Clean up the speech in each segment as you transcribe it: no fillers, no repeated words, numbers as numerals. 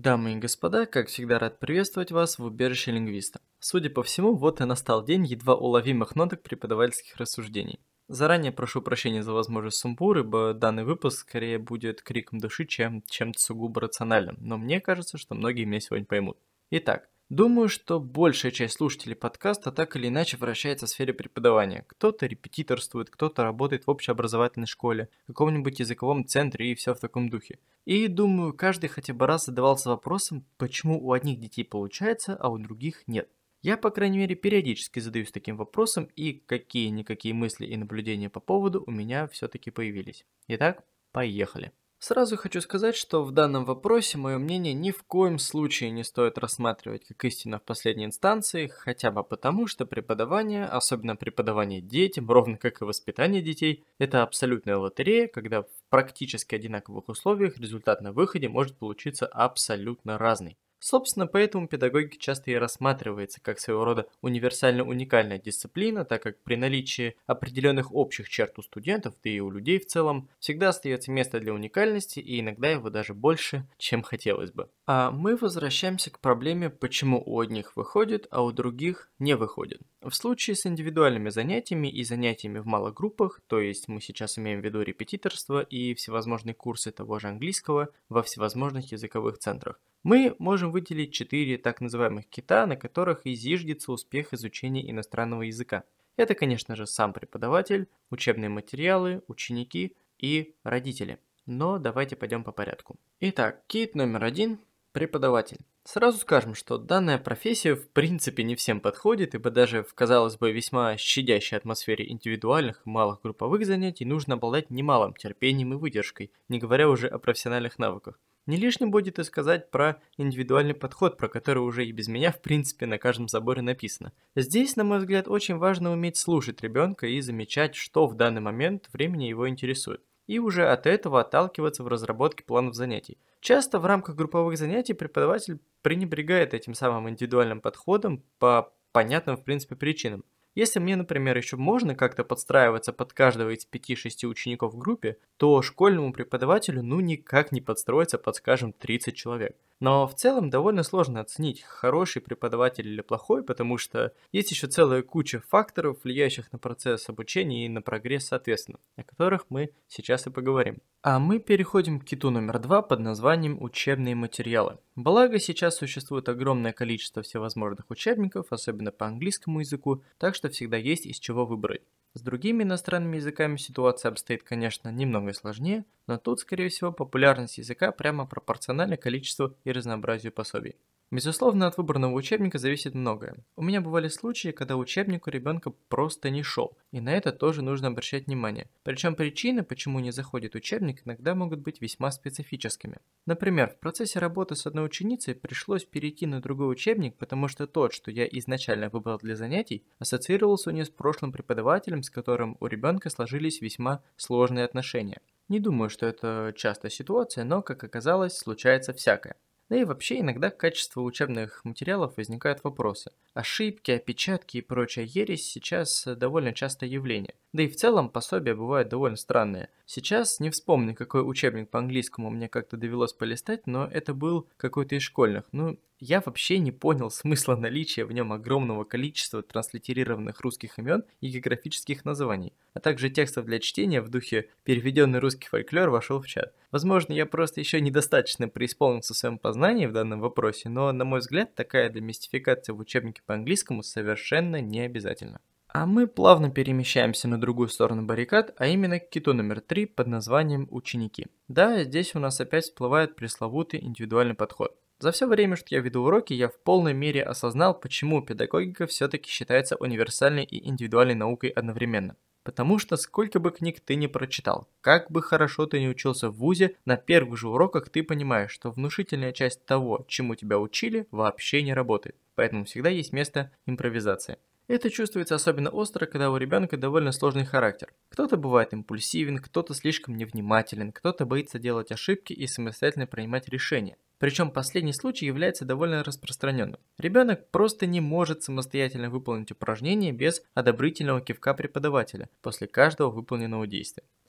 Дамы и господа, как всегда рад приветствовать вас в убежище лингвиста. Судя по всему, вот и настал день едва уловимых ноток преподавательских рассуждений. Заранее прошу прощения за возможный сумбур, ибо данный выпуск скорее будет криком души, чем чем-то сугубо рациональным, но мне кажется, что многие меня сегодня поймут. Итак, думаю, что большая часть слушателей подкаста так или иначе вращается в сфере преподавания. Кто-то репетиторствует, кто-то работает в общеобразовательной школе, в каком-нибудь языковом центре и все в таком духе. И думаю, каждый хотя бы раз задавался вопросом, почему у одних детей получается, а у других нет. Я, по крайней мере, периодически задаюсь таким вопросом, и какие-никакие мысли и наблюдения по поводу у меня все-таки появились. Итак, поехали. Сразу хочу сказать, что в данном вопросе мое мнение ни в коем случае не стоит рассматривать как истину в последней инстанции, хотя бы потому, что преподавание, особенно преподавание детям, ровно как и воспитание детей, это абсолютная лотерея, когда в практически одинаковых условиях результат на выходе может получиться абсолютно разный. Собственно, поэтому педагогика часто и рассматривается как своего рода универсально-уникальная дисциплина, так как при наличии определенных общих черт у студентов, да и у людей в целом, всегда остается место для уникальности и иногда его даже больше, чем хотелось бы. А мы возвращаемся к проблеме, почему у одних выходит, а у других не выходит. В случае с индивидуальными занятиями и занятиями в малых группах, то есть мы сейчас имеем в виду репетиторство и всевозможные курсы того же английского во всевозможных языковых центрах, мы можем выделить 4 так называемых кита, на которых и зиждется успех изучения иностранного языка. Это, конечно же, сам преподаватель, учебные материалы, ученики и родители. Но давайте пойдем по порядку. Итак, кит номер 1 – преподаватель. Сразу скажем, что данная профессия в принципе не всем подходит, ибо даже в, казалось бы, весьма щадящей атмосфере индивидуальных и малых групповых занятий нужно обладать немалым терпением и выдержкой, не говоря уже о профессиональных навыках. Не лишним будет и сказать про индивидуальный подход, про который уже и без меня в принципе на каждом заборе написано. Здесь, на мой взгляд, очень важно уметь слушать ребенка и замечать, что в данный момент времени его интересует. И уже от этого отталкиваться в разработке планов занятий. Часто в рамках групповых занятий преподаватель пренебрегает этим самым индивидуальным подходом по понятным в принципе причинам. Если мне, например, еще можно как-то подстраиваться под каждого из 5-6 учеников в группе, то школьному преподавателю ну никак не подстроиться под, скажем, 30 человек. Но в целом довольно сложно оценить, хороший преподаватель или плохой, потому что есть еще целая куча факторов, влияющих на процесс обучения и на прогресс соответственно, о которых мы сейчас и поговорим. А мы переходим к киту номер 2 под названием «Учебные материалы». Благо, сейчас существует огромное количество всевозможных учебников, особенно по английскому языку, так что всегда есть из чего выбрать. С другими иностранными языками ситуация обстоит, конечно, немного сложнее, но тут, скорее всего, популярность языка прямо пропорциональна количеству и разнообразию пособий. Безусловно, от выбранного учебника зависит многое. У меня бывали случаи, когда учебник у ребенка просто не шел, и на это тоже нужно обращать внимание. Причем причины, почему не заходит учебник, иногда могут быть весьма специфическими. Например, в процессе работы с одной ученицей пришлось перейти на другой учебник, потому что тот, что я изначально выбрал для занятий, ассоциировался у нее с прошлым преподавателем, с которым у ребенка сложились весьма сложные отношения. Не думаю, что это частая ситуация, но, как оказалось, случается всякое. Да и вообще иногда к качеству учебных материалов возникают вопросы. Ошибки, опечатки и прочая ересь сейчас довольно частое явление. Да и в целом пособия бывают довольно странные. Сейчас не вспомню, какой учебник по английскому мне как-то довелось полистать, но это был какой-то из школьных. Я вообще не понял смысла наличия в нем огромного количества транслитерированных русских имен и географических названий, а также текстов для чтения в духе «Переведенный русский фольклор» вошел в чат. Возможно, я просто еще недостаточно преисполнился в своем познании в данном вопросе, но, на мой взгляд, такая демистификация в учебнике по английскому совершенно не обязательна. А мы плавно перемещаемся на другую сторону баррикад, а именно к киту номер 3 под названием «Ученики». Да, здесь у нас опять всплывает пресловутый индивидуальный подход. За все время, что я веду уроки, я в полной мере осознал, почему педагогика все-таки считается универсальной и индивидуальной наукой одновременно. Потому что сколько бы книг ты ни прочитал, как бы хорошо ты ни учился в вузе, на первых же уроках ты понимаешь, что внушительная часть того, чему тебя учили, вообще не работает. Поэтому всегда есть место импровизации. Это чувствуется особенно остро, когда у ребенка довольно сложный характер. Кто-то бывает импульсивен, кто-то слишком невнимателен, кто-то боится делать ошибки и самостоятельно принимать решения. Причем последний случай является довольно распространенным. Ребенок просто не может самостоятельно выполнить упражнение без одобрительного кивка преподавателя после каждого выполненного действия.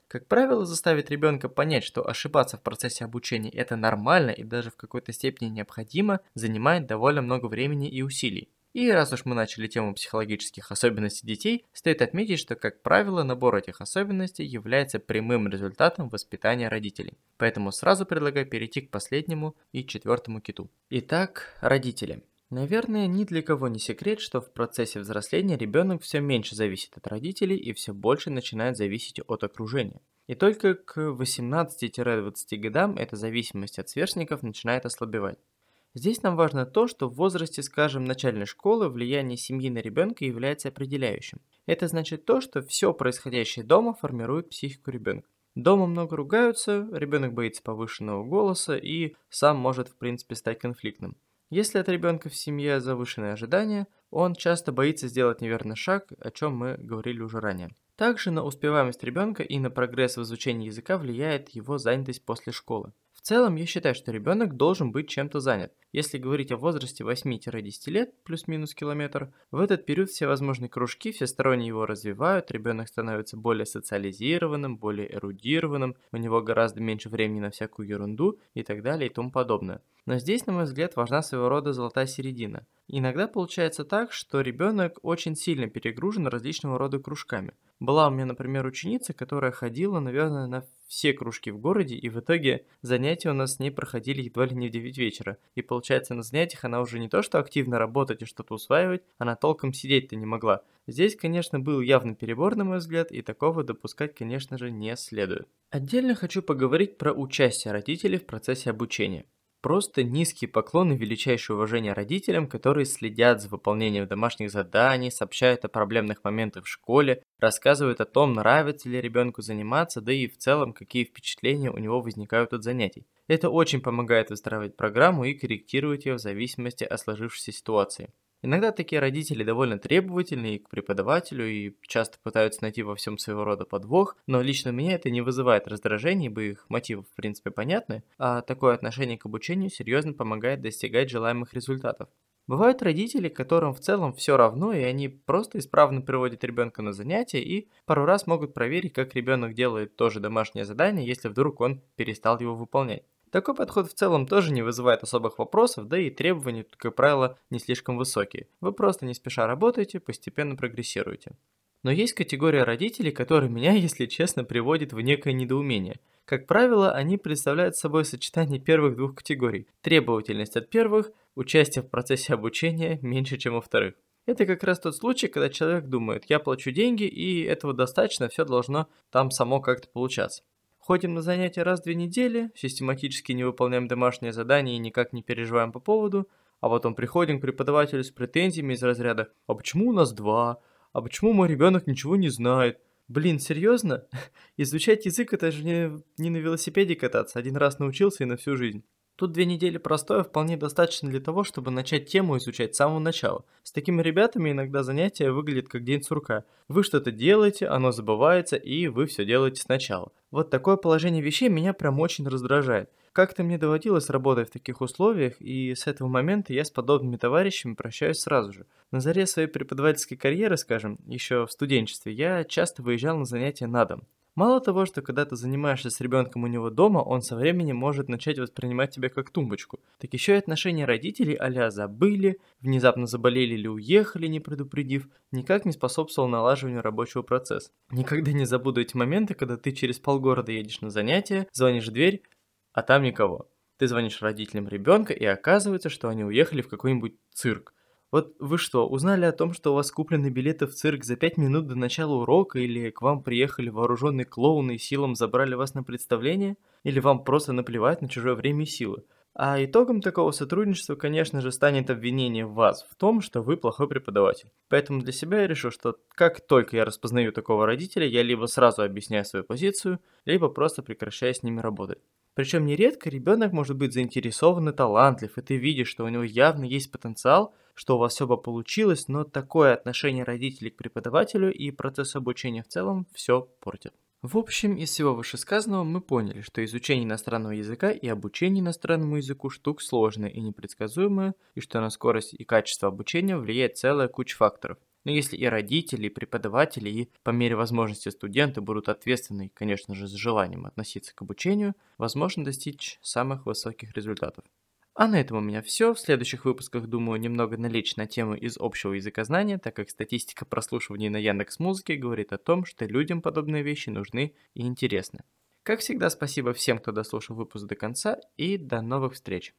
Как правило, заставить ребенка понять, что ошибаться в процессе обучения это нормально и даже в какой-то степени необходимо, занимает довольно много времени и усилий. И раз уж мы начали тему психологических особенностей детей, стоит отметить, что, как правило, набор этих особенностей является прямым результатом воспитания родителей. Поэтому сразу предлагаю перейти к последнему и четвертому киту. Итак, родители. Наверное, ни для кого не секрет, что в процессе взросления ребенок все меньше зависит от родителей и все больше начинает зависеть от окружения. И только к 18-20 годам эта зависимость от сверстников начинает ослабевать. Здесь нам важно то, что в возрасте, скажем, начальной школы влияние семьи на ребенка является определяющим. Это значит то, что все происходящее дома формирует психику ребенка. Дома много ругаются, ребенок боится повышенного голоса и сам может в принципе стать конфликтным. Если от ребенка в семье завышенные ожидания, он часто боится сделать неверный шаг, о чем мы говорили уже ранее. Также на успеваемость ребенка и на прогресс в изучении языка влияет его занятость после школы. В целом, я считаю, что ребенок должен быть чем-то занят. Если говорить о возрасте 8-10 лет, плюс-минус километр, в этот период все возможные кружки всесторонне его развивают, ребенок становится более социализированным, более эрудированным, у него гораздо меньше времени на всякую ерунду и так далее и тому подобное. Но здесь, на мой взгляд, важна своего рода золотая середина. Иногда получается так, что ребенок очень сильно перегружен различного рода кружками. Была у меня, например, ученица, которая ходила, наверное, на все кружки в городе, и в итоге занятия у нас с ней проходили едва ли не в 9 вечера. И получается, на занятиях она уже не то что активно работать и что-то усваивать, она толком сидеть-то не могла. Здесь, конечно, был явный перебор, на мой взгляд, и такого допускать, конечно же, не следует. Отдельно хочу поговорить про участие родителей в процессе обучения. Просто низкий поклон и величайшее уважение родителям, которые следят за выполнением домашних заданий, сообщают о проблемных моментах в школе, рассказывают о том, нравится ли ребенку заниматься, да и в целом, какие впечатления у него возникают от занятий. Это очень помогает выстраивать программу и корректировать ее в зависимости от сложившейся ситуации. Иногда такие родители довольно требовательны и к преподавателю, и часто пытаются найти во всем своего рода подвох, но лично меня это не вызывает раздражения, ибо их мотивы в принципе понятны, а такое отношение к обучению серьезно помогает достигать желаемых результатов. Бывают родители, которым в целом все равно, и они просто исправно приводят ребенка на занятия и пару раз могут проверить, как ребенок делает то же домашнее задание, если вдруг он перестал его выполнять. Такой подход в целом тоже не вызывает особых вопросов, да и требования, как правило, не слишком высокие. Вы просто не спеша работаете, постепенно прогрессируете. Но есть категория родителей, которые меня, если честно, приводит в некое недоумение. Как правило, они представляют собой сочетание первых двух категорий. Требовательность от первых, участие в процессе обучения меньше, чем у вторых. Это как раз тот случай, когда человек думает, я плачу деньги и этого достаточно, все должно там само как-то получаться. Ходим на занятия раз в 2 недели, систематически не выполняем домашние задания и никак не переживаем по поводу, а потом приходим к преподавателю с претензиями из разряда «А почему у нас два? А почему мой ребенок ничего не знает?» Блин, серьезно? Изучать язык это же не на велосипеде кататься, один раз научился и на всю жизнь. Тут 2 недели простоя вполне достаточно для того, чтобы начать тему изучать с самого начала. С такими ребятами иногда занятие выглядит как день сурка. Вы что-то делаете, оно забывается, и вы все делаете сначала. Вот такое положение вещей меня прям очень раздражает. Как-то мне доводилось работать в таких условиях, и с этого момента я с подобными товарищами прощаюсь сразу же. На заре своей преподавательской карьеры, скажем, еще в студенчестве, я часто выезжал на занятия на дом. Мало того, что когда ты занимаешься с ребенком у него дома, он со временем может начать воспринимать тебя как тумбочку. Так еще и отношения родителей а-ля забыли, внезапно заболели или уехали, не предупредив, никак не способствовал налаживанию рабочего процесса. Никогда не забуду эти моменты, когда ты через полгорода едешь на занятия, звонишь в дверь, а там никого. Ты звонишь родителям ребенка, и оказывается, что они уехали в какой-нибудь цирк. Вот вы что, узнали о том, что у вас куплены билеты в цирк за 5 минут до начала урока, или к вам приехали вооруженные клоуны и силом забрали вас на представление? Или вам просто наплевать на чужое время и силы? А итогом такого сотрудничества, конечно же, станет обвинение в вас в том, что вы плохой преподаватель. Поэтому для себя я решил, что как только я распознаю такого родителя, я либо сразу объясняю свою позицию, либо просто прекращаю с ними работать. Причем нередко ребенок может быть заинтересован и талантлив, и ты видишь, что у него явно есть потенциал, что у вас все бы получилось, но такое отношение родителей к преподавателю и процессу обучения в целом все портит. В общем, из всего вышесказанного мы поняли, что изучение иностранного языка и обучение иностранному языку штука сложная и непредсказуемая, и что на скорость и качество обучения влияет целая куча факторов. Но если и родители, и преподаватели, и по мере возможности студенты будут ответственны и, конечно же, с желанием относиться к обучению, возможно достичь самых высоких результатов. А на этом у меня все. В следующих выпусках, думаю, немного налечь на тему из общего языкознания, так как статистика прослушиваний на Яндекс.Музыке говорит о том, что людям подобные вещи нужны и интересны. Как всегда, спасибо всем, кто дослушал выпуск до конца, и до новых встреч!